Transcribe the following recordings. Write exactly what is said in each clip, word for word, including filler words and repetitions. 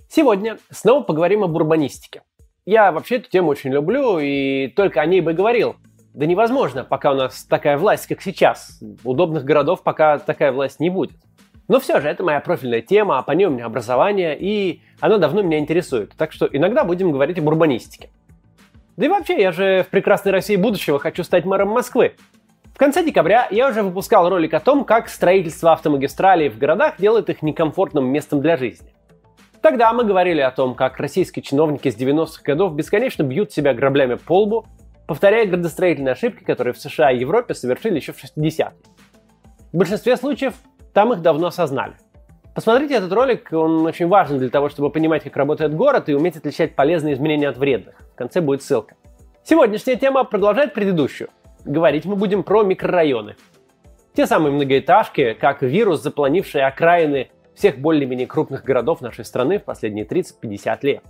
Сегодня снова поговорим об урбанистике. Я вообще эту тему очень люблю и только о ней бы говорил. Да невозможно, пока у нас такая власть, как сейчас. Удобных городов пока такая власть не будет. Но все же, это моя профильная тема, а по ней у меня образование, и оно давно меня интересует. Так что иногда будем говорить об урбанистике. Да и вообще, я же в прекрасной России будущего хочу стать мэром Москвы. В конце декабря я уже выпускал ролик о том, как строительство автомагистралей в городах делает их некомфортным местом для жизни. Тогда мы говорили о том, как российские чиновники с девяностых годов бесконечно бьют себя граблями по лбу, повторяя градостроительные ошибки, которые в США и Европе совершили еще в шестидесятые. В большинстве случаев там их давно осознали. Посмотрите этот ролик, он очень важен для того, чтобы понимать, как работает город и уметь отличать полезные изменения от вредных. В конце будет ссылка. Сегодняшняя тема продолжает предыдущую. Говорить мы будем про микрорайоны. Те самые многоэтажки, как вирус, заполонившие окраины всех более-менее крупных городов нашей страны в последние тридцать-пятьдесят лет.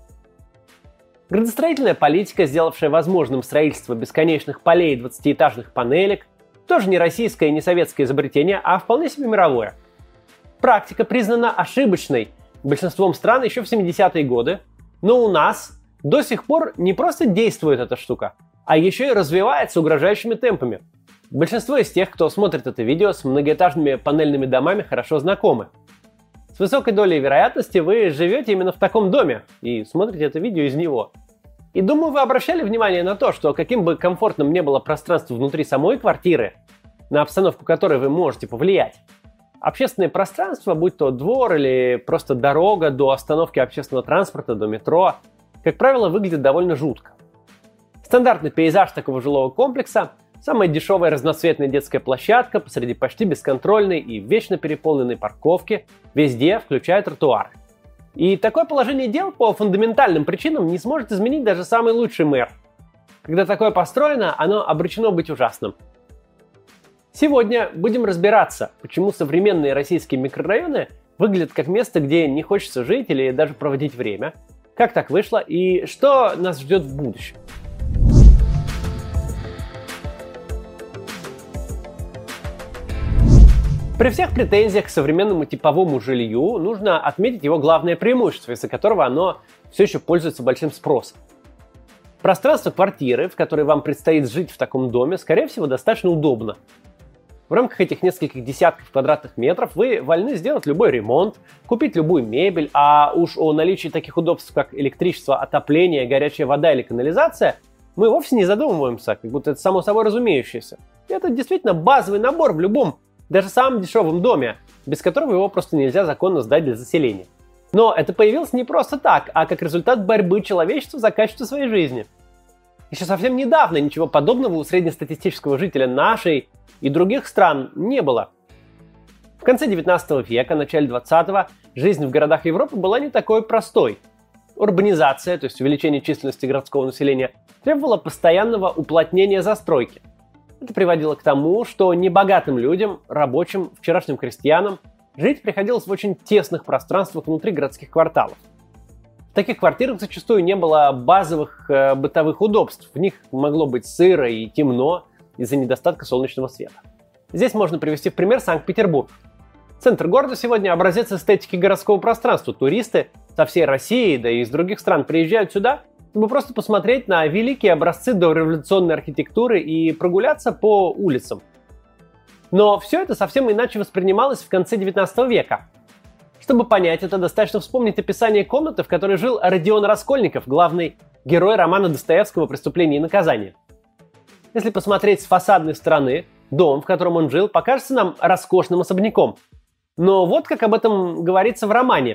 Градостроительная политика, сделавшая возможным строительство бесконечных полей и двадцатиэтажных панелек, тоже не российское и не советское изобретение, а вполне себе мировое. Практика признана ошибочной большинством стран еще в семидесятые годы, но у нас до сих пор не просто действует эта штука, а еще и развивается угрожающими темпами. Большинство из тех, кто смотрит это видео, с многоэтажными панельными домами хорошо знакомы. С высокой долей вероятности вы живете именно в таком доме и смотрите это видео из него. И думаю, вы обращали внимание на то, что каким бы комфортным ни было пространство внутри самой квартиры, на обстановку которой вы можете повлиять, общественное пространство, будь то двор или просто дорога до остановки общественного транспорта, до метро, как правило, выглядит довольно жутко. Стандартный пейзаж такого жилого комплекса – самая дешевая разноцветная детская площадка посреди почти бесконтрольной и вечно переполненной парковки, везде включая тротуары. И такое положение дел по фундаментальным причинам не сможет изменить даже самый лучший мэр. Когда такое построено, оно обречено быть ужасным. Сегодня будем разбираться, почему современные российские микрорайоны выглядят как место, где не хочется жить или даже проводить время, как так вышло и что нас ждет в будущем. При всех претензиях к современному типовому жилью нужно отметить его главное преимущество, из-за которого оно все еще пользуется большим спросом. Пространство квартиры, в которой вам предстоит жить в таком доме, скорее всего, достаточно удобно. В рамках этих нескольких десятков квадратных метров вы вольны сделать любой ремонт, купить любую мебель, а уж о наличии таких удобств, как электричество, отопление, горячая вода или канализация, мы вовсе не задумываемся, как будто это само собой разумеющееся. Это действительно базовый набор в любом, даже самом дешевом доме, без которого его просто нельзя законно сдать для заселения. Но это появилось не просто так, а как результат борьбы человечества за качество своей жизни. Еще совсем недавно ничего подобного у среднестатистического жителя нашей и других стран не было. В конце девятнадцатого века, начале двадцатого, жизнь в городах Европы была не такой простой. Урбанизация, то есть увеличение численности городского населения, требовала постоянного уплотнения застройки. Это приводило к тому, что небогатым людям, рабочим, вчерашним крестьянам жить приходилось в очень тесных пространствах внутри городских кварталов. В таких квартирах зачастую не было базовых э, бытовых удобств. В них могло быть сыро и темно из-за недостатка солнечного света. Здесь можно привести в пример Санкт-Петербург. Центр города сегодня образец эстетики городского пространства. Туристы со всей России, да и из других стран приезжают сюда, чтобы просто посмотреть на великие образцы дореволюционной архитектуры и прогуляться по улицам. Но все это совсем иначе воспринималось в конце девятнадцатого века. Чтобы понять это, достаточно вспомнить описание комнаты, в которой жил Родион Раскольников, главный герой романа Достоевского «Преступление и наказание». Если посмотреть с фасадной стороны, дом, в котором он жил, покажется нам роскошным особняком. Но вот как об этом говорится в романе.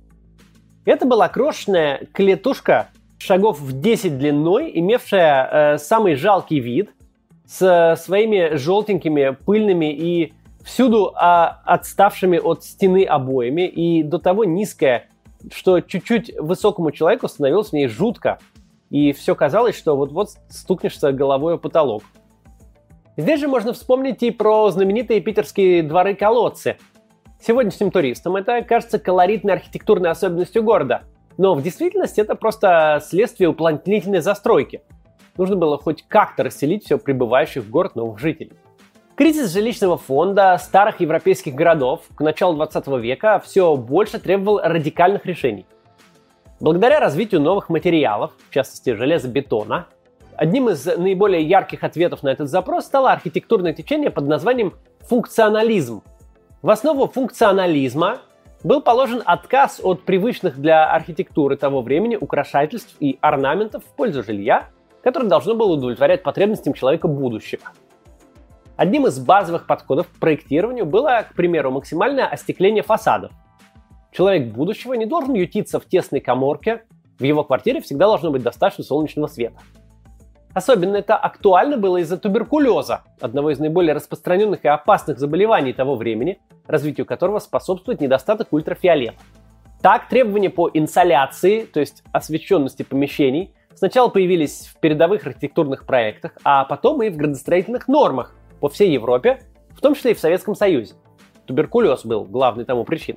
Это была крошечная клетушка, шагов в десять длиной, имевшая э, самый жалкий вид, с э, своими желтенькими, пыльными и всюду э, отставшими от стены обоями, и до того низкая, что чуть-чуть высокому человеку становилось в ней жутко, и все казалось, что вот-вот стукнешься головой о потолок. Здесь же можно вспомнить и про знаменитые питерские дворы-колодцы. Сегодняшним туристам это кажется колоритной архитектурной особенностью города. Но в действительности это просто следствие уплотнительной застройки. Нужно было хоть как-то расселить все прибывающих в город новых жителей. Кризис жилищного фонда старых европейских городов к началу двадцатого века все больше требовал радикальных решений. Благодаря развитию новых материалов, в частности железобетона, одним из наиболее ярких ответов на этот запрос стало архитектурное течение под названием функционализм. В основу функционализма был положен отказ от привычных для архитектуры того времени украшательств и орнаментов в пользу жилья, которое должно было удовлетворять потребностям человека будущего. Одним из базовых подходов к проектированию было, к примеру, максимальное остекление фасадов. Человек будущего не должен ютиться в тесной каморке, в его квартире всегда должно быть достаточно солнечного света. Особенно это актуально было из-за туберкулеза, одного из наиболее распространенных и опасных заболеваний того времени, развитию которого способствует недостаток ультрафиолета. Так, требования по инсоляции, то есть освещенности помещений, сначала появились в передовых архитектурных проектах, а потом и в градостроительных нормах по всей Европе, в том числе и в Советском Союзе. Туберкулез был главной тому причиной.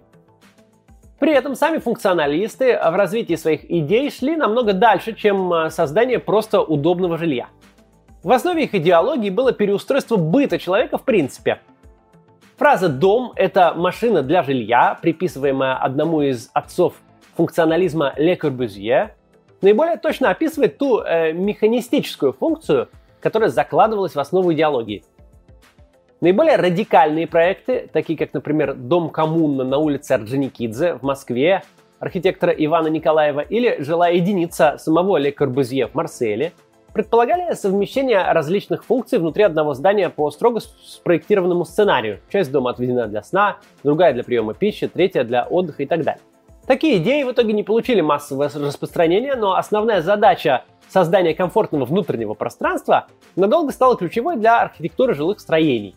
При этом сами функционалисты в развитии своих идей шли намного дальше, чем создание просто удобного жилья. В основе их идеологии было переустройство быта человека в принципе. Фраза «дом» — это машина для жилья, приписываемая одному из отцов функционализма Ле Корбюзье, наиболее точно описывает ту э, механистическую функцию, которая закладывалась в основу идеологии. Наиболее радикальные проекты, такие как, например, дом-коммуна на улице Орджоникидзе в Москве архитектора Ивана Николаева или жилая единица самого Ле Корбюзье в Марселе, предполагали совмещение различных функций внутри одного здания по строго спроектированному сценарию. Часть дома отведена для сна, другая для приема пищи, третья для отдыха и так далее. Такие идеи в итоге не получили массовое распространение, но основная задача создания комфортного внутреннего пространства надолго стала ключевой для архитектуры жилых строений.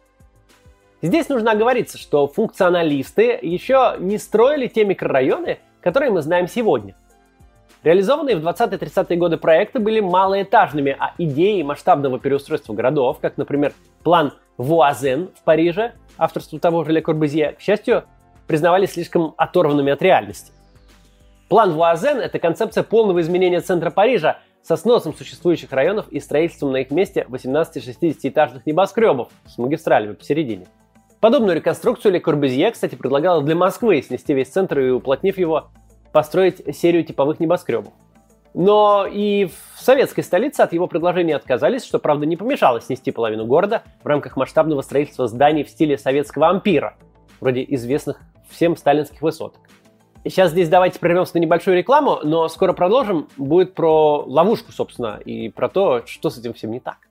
Здесь нужно оговориться, что функционалисты еще не строили те микрорайоны, которые мы знаем сегодня. Реализованные в двадцатые-тридцатые годы проекты были малоэтажными, а идеи масштабного переустройства городов, как, например, план Вуазен в Париже, авторство того же Ле Корбюзье, к счастью, признавались слишком оторванными от реальности. План Вуазен — это концепция полного изменения центра Парижа со сносом существующих районов и строительством на их месте восемнадцати-шестидесятиэтажных небоскребов с магистралями посередине. Подобную реконструкцию Ле Корбюзье, кстати, предлагала для Москвы, снести весь центр и, уплотнив его, построить серию типовых небоскребов. Но и в советской столице от его предложения отказались, что, правда, не помешало снести половину города в рамках масштабного строительства зданий в стиле советского ампира, вроде известных всем сталинских высоток. Сейчас здесь давайте прервемся на небольшую рекламу, но скоро продолжим. Будет про ловушку, собственно, и про то, что с этим всем не так.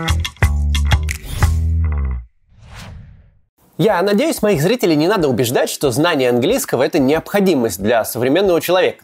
Я надеюсь, моих зрителей не надо убеждать, что знание английского – это необходимость для современного человека.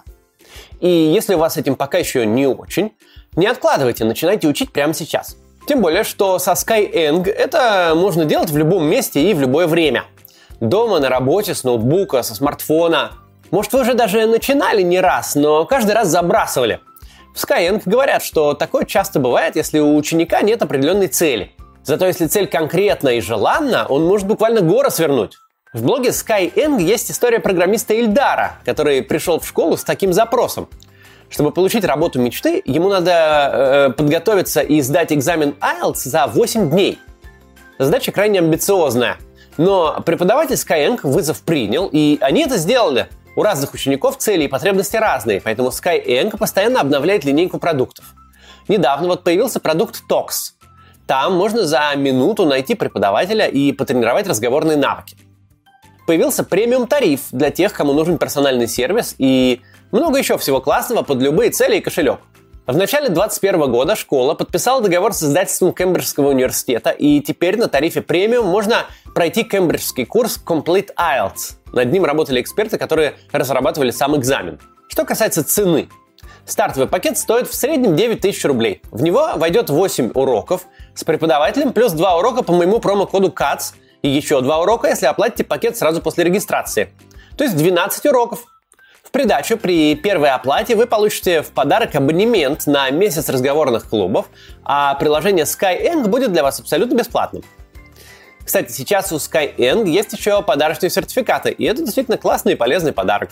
И если у вас с этим пока еще не очень, не откладывайте, начинайте учить прямо сейчас. Тем более, что со Skyeng это можно делать в любом месте и в любое время. Дома, на работе, с ноутбука, со смартфона. Может, вы уже даже начинали не раз, но каждый раз забрасывали. В Skyeng говорят, что такое часто бывает, если у ученика нет определенной цели. Зато если цель конкретна и желанна, он может буквально горы свернуть. В блоге Skyeng есть история программиста Ильдара, который пришел в школу с таким запросом. Чтобы получить работу мечты, ему надо э, подготовиться и сдать экзамен айлтс за восемь дней. Задача крайне амбициозная. Но преподаватель Skyeng вызов принял, и они это сделали. У разных учеников цели и потребности разные, поэтому Skyeng постоянно обновляет линейку продуктов. Недавно вот появился продукт Tox. Там можно за минуту найти преподавателя и потренировать разговорные навыки. Появился премиум-тариф для тех, кому нужен персональный сервис и много еще всего классного под любые цели и кошелек. В начале двадцать первого года школа подписала договор с издательством Кембриджского университета, и теперь на тарифе премиум можно пройти кембриджский курс Complete айлтс. Над ним работали эксперты, которые разрабатывали сам экзамен. Что касается цены. Стартовый пакет стоит в среднем девять тысяч рублей. В него войдет восемь уроков с преподавателем, плюс два урока по моему промокоду катс и еще два урока, если оплатите пакет сразу после регистрации. То есть двенадцать уроков. В придачу при первой оплате вы получите в подарок абонемент на месяц разговорных клубов, а приложение Skyeng будет для вас абсолютно бесплатным. Кстати, сейчас у Skyeng есть еще подарочные сертификаты, и это действительно классный и полезный подарок.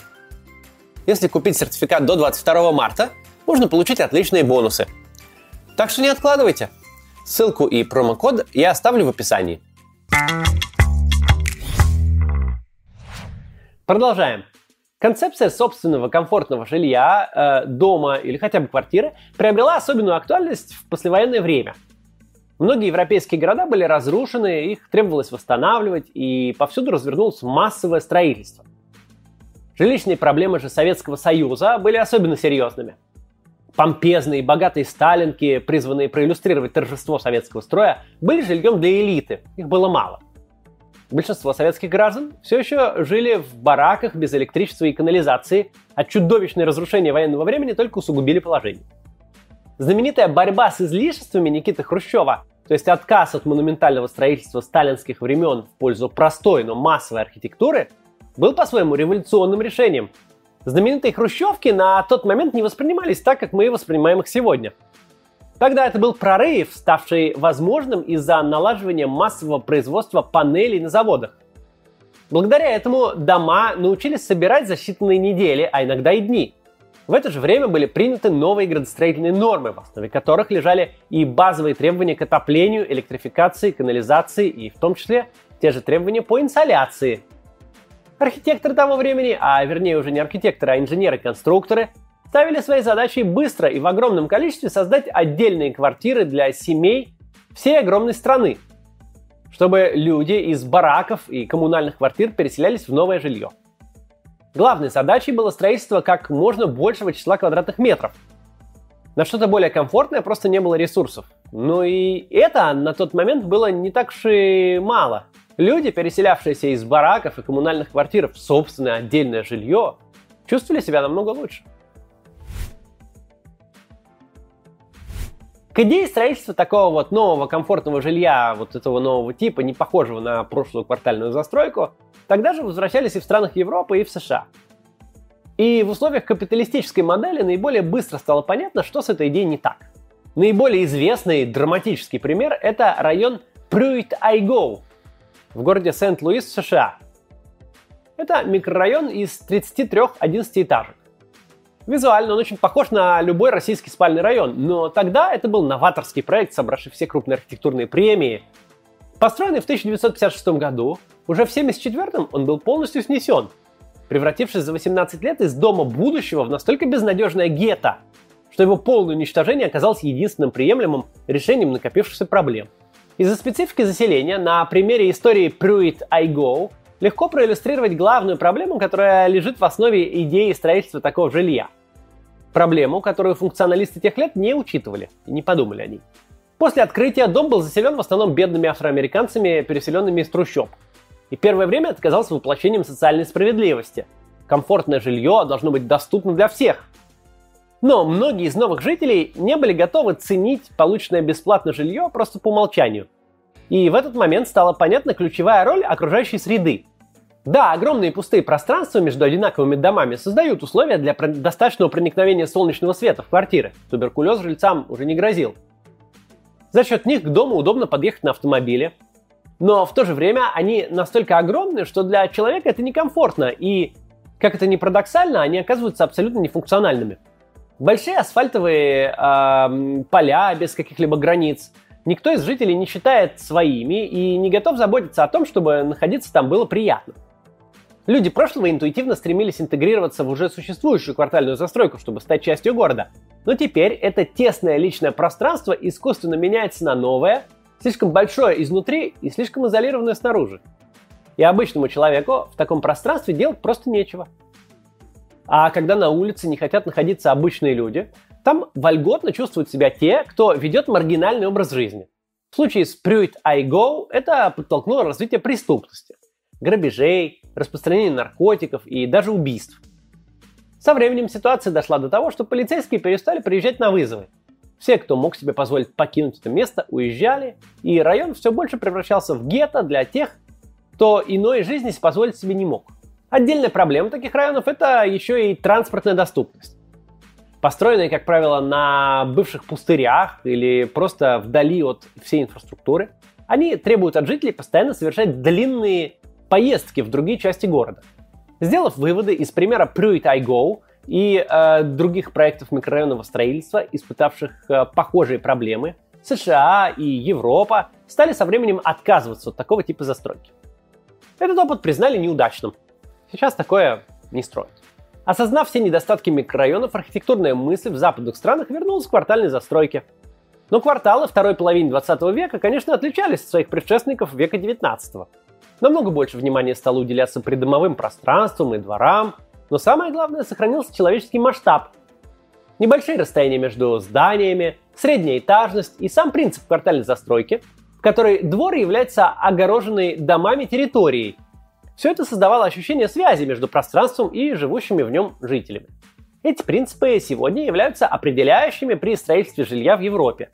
Если купить сертификат до двадцать второго марта, можно получить отличные бонусы. Так что не откладывайте. Ссылку и промокод я оставлю в описании. Продолжаем. Концепция собственного комфортного жилья, э, дома или хотя бы квартиры приобрела особенную актуальность в послевоенное время. Многие европейские города были разрушены, их требовалось восстанавливать, и повсюду развернулось массовое строительство. Жилищные проблемы же Советского Союза были особенно серьезными. Помпезные, богатые сталинки, призванные проиллюстрировать торжество советского строя, были жильем для элиты, их было мало. Большинство советских граждан все еще жили в бараках без электричества и канализации, а чудовищные разрушения военного времени только усугубили положение. Знаменитая борьба с излишествами Никиты Хрущева, то есть отказ от монументального строительства сталинских времен в пользу простой, но массовой архитектуры, был по-своему революционным решением. Знаменитые хрущевки на тот момент не воспринимались так, как мы воспринимаем их сегодня. Тогда это был прорыв, ставший возможным из-за налаживания массового производства панелей на заводах. Благодаря этому дома научились собирать за считанные недели, а иногда и дни. В это же время были приняты новые градостроительные нормы, в основе которых лежали и базовые требования к отоплению, электрификации, канализации, и в том числе те же требования по инсоляции. Архитекторы того времени, а вернее уже не архитекторы, а инженеры-конструкторы, ставили своей задачей быстро и в огромном количестве создать отдельные квартиры для семей всей огромной страны, чтобы люди из бараков и коммунальных квартир переселялись в новое жилье. Главной задачей было строительство как можно большего числа квадратных метров. На что-то более комфортное просто не было ресурсов. Ну и это на тот момент было не так уж и мало. Люди, переселявшиеся из бараков и коммунальных квартир в собственное отдельное жилье, чувствовали себя намного лучше. К идее строительства такого вот нового комфортного жилья, вот этого нового типа, не похожего на прошлую квартальную застройку, тогда же возвращались и в странах Европы, и в США. И в условиях капиталистической модели наиболее быстро стало понятно, что с этой идеей не так. Наиболее известный драматический пример – это район Пруит-Айгоу в городе Сент-Луис, США. Это микрорайон из тридцати трёх одиннадцатиэтажек. Визуально он очень похож на любой российский спальный район, но тогда это был новаторский проект, собравший все крупные архитектурные премии. Построенный в тысяча девятьсот пятьдесят шестом году, уже в семьдесят четвёртом он был полностью снесен, превратившись за восемнадцать лет из дома будущего в настолько безнадежное гетто, что его полное уничтожение оказалось единственным приемлемым решением накопившихся проблем. Из-за специфики заселения на примере истории Пруит-Айгоу легко проиллюстрировать главную проблему, которая лежит в основе идеи строительства такого жилья. Проблему, которую функционалисты тех лет не учитывали и не подумали о ней. После открытия дом был заселен в основном бедными афроамериканцами, переселенными из трущоб. И первое время это казалось воплощением социальной справедливости. Комфортное жилье должно быть доступно для всех. Но многие из новых жителей не были готовы ценить полученное бесплатно жилье просто по умолчанию. И в этот момент стала понятна ключевая роль окружающей среды. Да, огромные пустые пространства между одинаковыми домами создают условия для достаточного проникновения солнечного света в квартиры. Туберкулез жильцам уже не грозил. За счет них к дому удобно подъехать на автомобиле. Но в то же время они настолько огромны, что для человека это некомфортно, и, как это ни парадоксально, они оказываются абсолютно нефункциональными. Большие асфальтовые э, поля без каких-либо границ никто из жителей не считает своими и не готов заботиться о том, чтобы находиться там было приятно. Люди прошлого интуитивно стремились интегрироваться в уже существующую квартальную застройку, чтобы стать частью города. Но теперь это тесное личное пространство искусственно меняется на новое, слишком большое изнутри и слишком изолированное снаружи. И обычному человеку в таком пространстве делать просто нечего. А когда на улице не хотят находиться обычные люди, там вольготно чувствуют себя те, кто ведет маргинальный образ жизни. В случае с Пруит-Айгоу это подтолкнуло развитие преступности, грабежей, распространения наркотиков и даже убийств. Со временем ситуация дошла до того, что полицейские перестали приезжать на вызовы. Все, кто мог себе позволить покинуть это место, уезжали, и район все больше превращался в гетто для тех, кто иной жизни позволить себе не мог. Отдельная проблема таких районов – это еще и транспортная доступность. Построенные, как правило, на бывших пустырях или просто вдали от всей инфраструктуры, они требуют от жителей постоянно совершать длинные поездки в другие части города. Сделав выводы из примера Пруит-Айгоу и э, других проектов микрорайонного строительства, испытавших э, похожие проблемы, США и Европа стали со временем отказываться от такого типа застройки. Этот опыт признали неудачным. Сейчас такое не строят. Осознав все недостатки микрорайонов, архитектурная мысль в западных странах вернулась к квартальной застройке. Но кварталы второй половины двадцатого века, конечно, отличались от своих предшественников века девятнадцатого. Намного больше внимания стало уделяться придомовым пространствам и дворам, но самое главное, сохранился человеческий масштаб. Небольшие расстояния между зданиями, средняя этажность и сам принцип квартальной застройки, в которой двор является огороженной домами территорией. Все это создавало ощущение связи между пространством и живущими в нем жителями. Эти принципы сегодня являются определяющими при строительстве жилья в Европе.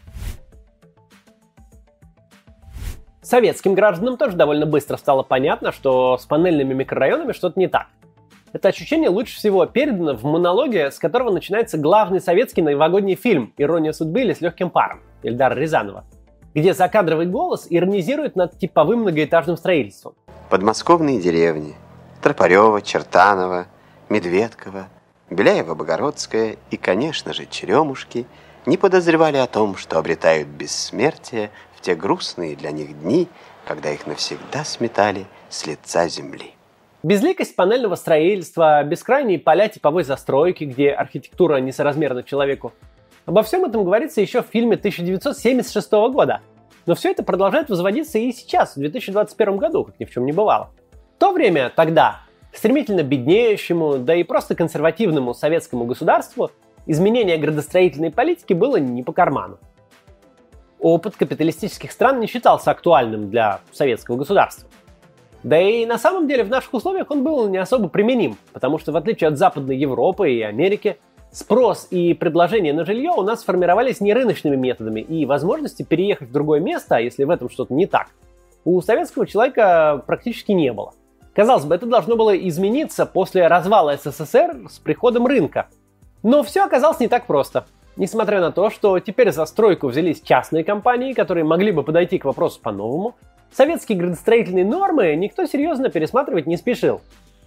Советским гражданам тоже довольно быстро стало понятно, что с панельными микрорайонами что-то не так. Это ощущение лучше всего передано в монологе, с которого начинается главный советский новогодний фильм «Ирония судьбы» или «С легким паром» Эльдара Рязанова, где закадровый голос иронизирует над типовым многоэтажным строительством. Подмосковные деревни Тропарева, Чертаново, Медведково, Беляево-Богородское и, конечно же, Черемушки не подозревали о том, что обретают бессмертие в те грустные для них дни, когда их навсегда сметали с лица земли. Безликость панельного строительства, бескрайние поля типовой застройки, где архитектура несоразмерна человеку. Обо всем этом говорится еще в фильме тысяча девятьсот семьдесят шестого года. Но все это продолжает возводиться и сейчас, в две тысячи двадцать первом году, как ни в чем не бывало. В то время, тогда, стремительно беднеющему, да и просто консервативному советскому государству изменение градостроительной политики было не по карману. Опыт капиталистических стран не считался актуальным для советского государства. Да и на самом деле в наших условиях он был не особо применим, потому что в отличие от Западной Европы и Америки, спрос и предложение на жилье у нас формировались не рыночными методами, и возможности переехать в другое место, если в этом что-то не так, у советского человека практически не было. Казалось бы, это должно было измениться после развала СССР с приходом рынка. Но все оказалось не так просто. Несмотря на то, что теперь за стройку взялись частные компании, которые могли бы подойти к вопросу по-новому, советские градостроительные нормы никто серьезно пересматривать не спешил.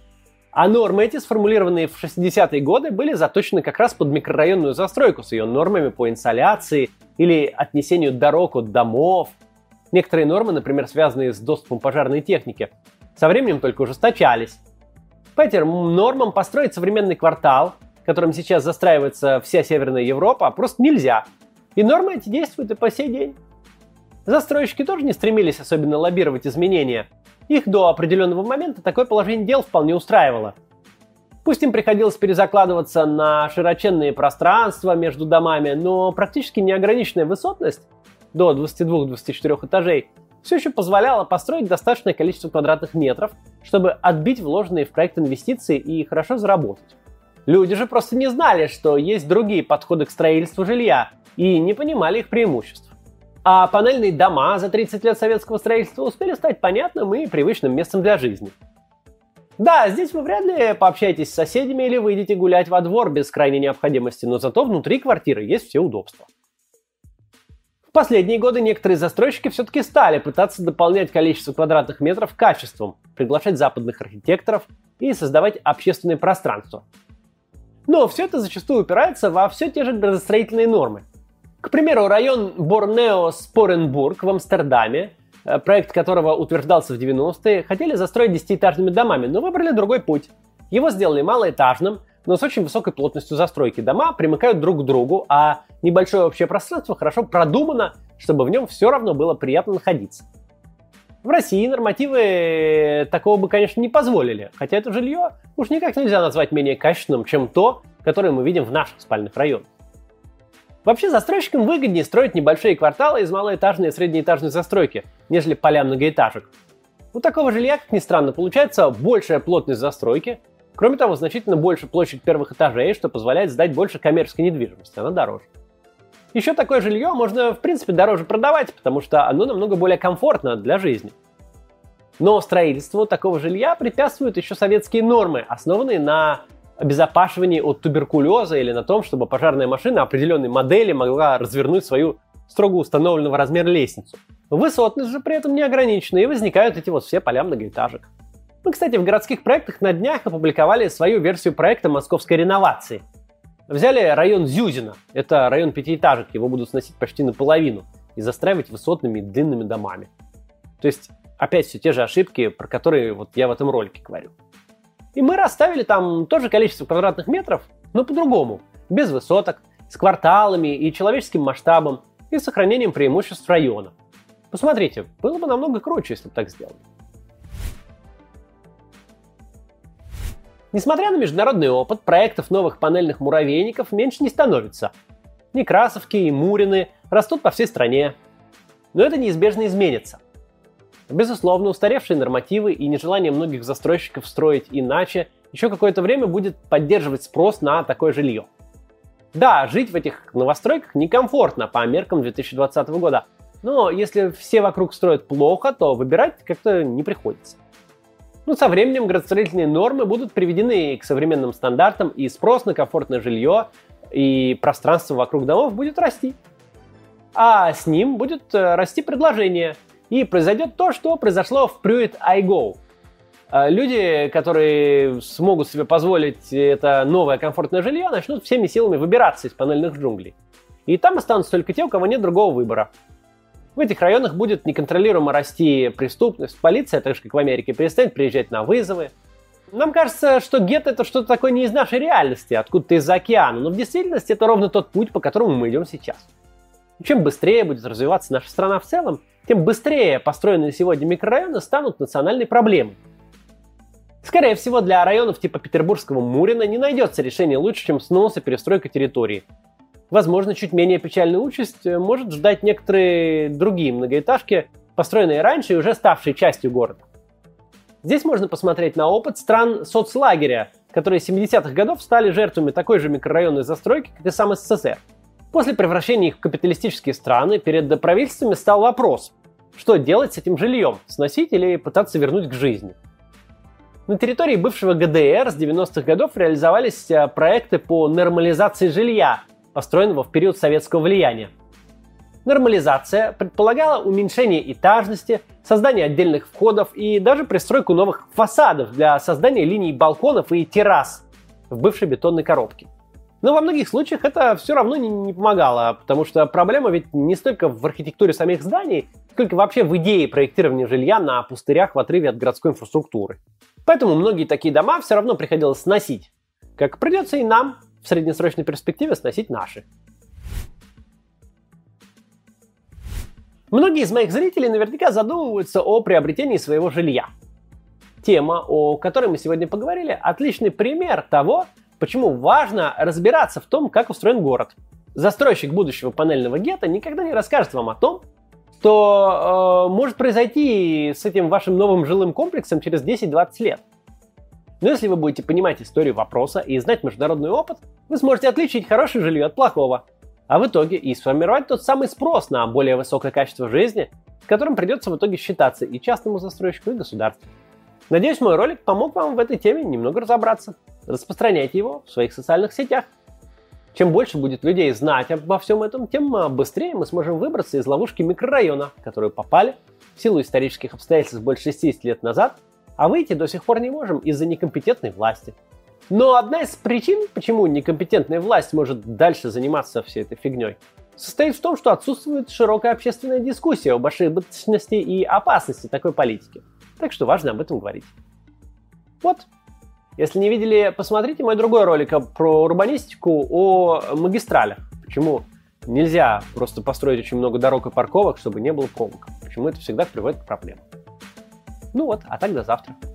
А нормы эти, сформулированные в шестидесятые годы, были заточены как раз под микрорайонную застройку с ее нормами по инсоляции или отнесению дорог от домов. Некоторые нормы, например, связанные с доступом пожарной техники, со временем только ужесточались. По этим нормам построить современный квартал, которым сейчас застраивается вся Северная Европа, просто нельзя. И нормы эти действуют и по сей день. Застройщики тоже не стремились особенно лоббировать изменения. Их до определенного момента такое положение дел вполне устраивало. Пусть им приходилось перезакладываться на широченные пространства между домами, но практически неограниченная высотность до двадцати двух — двадцати четырёх этажей все еще позволяла построить достаточное количество квадратных метров, чтобы отбить вложенные в проект инвестиции и хорошо заработать. Люди же просто не знали, что есть другие подходы к строительству жилья, и не понимали их преимуществ. А панельные дома за тридцать лет советского строительства успели стать понятным и привычным местом для жизни. Да, здесь вы вряд ли пообщаетесь с соседями или выйдете гулять во двор без крайней необходимости, но зато внутри квартиры есть все удобства. В последние годы некоторые застройщики все-таки стали пытаться дополнять количество квадратных метров качеством, приглашать западных архитекторов и создавать общественные пространства. Но все это зачастую упирается во все те же градостроительные нормы. К примеру, район Борнео-Споренбург в Амстердаме, проект которого утверждался в девяностые, хотели застроить десятиэтажными домами, но выбрали другой путь. Его сделали малоэтажным, но с очень высокой плотностью застройки. Дома примыкают друг к другу, а небольшое общее пространство хорошо продумано, чтобы в нем все равно было приятно находиться. В России нормативы такого бы, конечно, не позволили, хотя это жилье уж никак нельзя назвать менее качественным, чем то, которое мы видим в наших спальных районах. Вообще застройщикам выгоднее строить небольшие кварталы из малоэтажной и среднеэтажной застройки, нежели поля многоэтажек. У такого жилья, как ни странно, получается большая плотность застройки, кроме того, значительно больше площадь первых этажей, что позволяет сдать больше коммерческой недвижимости, она дороже. Еще такое жилье можно, в принципе, дороже продавать, потому что оно намного более комфортно для жизни. Но строительству такого жилья препятствуют еще советские нормы, основанные на обезопашивании от туберкулеза или на том, чтобы пожарная машина определенной модели могла развернуть свою строго установленного размера лестницу. Высотность же при этом не ограничена, и возникают эти вот все поля многоэтажек. Мы, кстати, в городских проектах на днях опубликовали свою версию проекта московской реновации. Взяли район Зюзино, это район пятиэтажек, его будут сносить почти наполовину и застраивать высотными и длинными домами. То есть, опять все те же ошибки, про которые вот я в этом ролике говорю. И мы расставили там то же количество квадратных метров, но по-другому, без высоток, с кварталами и человеческим масштабом, и с сохранением преимуществ района. Посмотрите, было бы намного круче, если бы так сделали. Несмотря на международный опыт, проектов новых панельных муравейников меньше не становится. Некрасовки и Мурины растут по всей стране. Но это неизбежно изменится. Безусловно, устаревшие нормативы и нежелание многих застройщиков строить иначе еще какое-то время будет поддерживать спрос на такое жилье. Да, жить в этих новостройках некомфортно по меркам две тысячи двадцатого года, но если все вокруг строят плохо, то выбирать как-то не приходится. Ну, со временем градостроительные нормы будут приведены к современным стандартам, и спрос на комфортное жилье и пространство вокруг домов будет расти. А с ним будет расти предложение. И произойдет то, что произошло в Pruitt-Igoe. Люди, которые смогут себе позволить это новое комфортное жилье, начнут всеми силами выбираться из панельных джунглей. И там останутся только те, у кого нет другого выбора. В этих районах будет неконтролируемо расти преступность, полиция, так же как в Америке, перестанет приезжать на вызовы. Нам кажется, что гетто — это что-то такое не из нашей реальности, откуда-то из-за океана, но в действительности это ровно тот путь, по которому мы идем сейчас. И чем быстрее будет развиваться наша страна в целом, тем быстрее построенные сегодня микрорайоны станут национальной проблемой. Скорее всего, для районов типа петербургского Мурина не найдется решения лучше, чем снос и перестройка территории. Возможно, чуть менее печальная участь может ждать некоторые другие многоэтажки, построенные раньше и уже ставшие частью города. Здесь можно посмотреть на опыт стран соцлагеря, которые с семидесятых годов стали жертвами такой же микрорайонной застройки, как и сам СССР. После превращения их в капиталистические страны перед правительствами стал вопрос, что делать с этим жильем, сносить или пытаться вернуть к жизни. На территории бывшего ГДР с девяностых годов реализовались проекты по нормализации жилья, построенного в период советского влияния. Нормализация предполагала уменьшение этажности, создание отдельных входов и даже пристройку новых фасадов для создания линий балконов и террас в бывшей бетонной коробке. Но во многих случаях это все равно не, не помогало, потому что проблема ведь не столько в архитектуре самих зданий, сколько вообще в идее проектирования жилья на пустырях в отрыве от городской инфраструктуры. Поэтому многие такие дома все равно приходилось сносить, как придется и нам в среднесрочной перспективе сносить наши. Многие из моих зрителей наверняка задумываются о приобретении своего жилья. Тема, о которой мы сегодня поговорили, отличный пример того, почему важно разбираться в том, как устроен город. Застройщик будущего панельного гетто никогда не расскажет вам о том, что э, может произойти с этим вашим новым жилым комплексом через десять-двадцать лет. Но если вы будете понимать историю вопроса и знать международный опыт, вы сможете отличить хорошее жилье от плохого, а в итоге и сформировать тот самый спрос на более высокое качество жизни, с которым придется в итоге считаться и частному застройщику, и государству. Надеюсь, мой ролик помог вам в этой теме немного разобраться. Распространяйте его в своих социальных сетях. Чем больше будет людей знать обо всем этом, тем быстрее мы сможем выбраться из ловушки микрорайона, в которую попали в силу исторических обстоятельств больше шестидесяти лет назад, а выйти до сих пор не можем из-за некомпетентной власти. Но одна из причин, почему некомпетентная власть может дальше заниматься всей этой фигней, состоит в том, что отсутствует широкая общественная дискуссия об ошибочности и опасности такой политики. Так что важно об этом говорить. Вот. Если не видели, посмотрите мой другой ролик про урбанистику о магистралях. Почему нельзя просто построить очень много дорог и парковок, чтобы не было пробок. Почему это всегда приводит к проблемам. Ну вот, а так до завтра.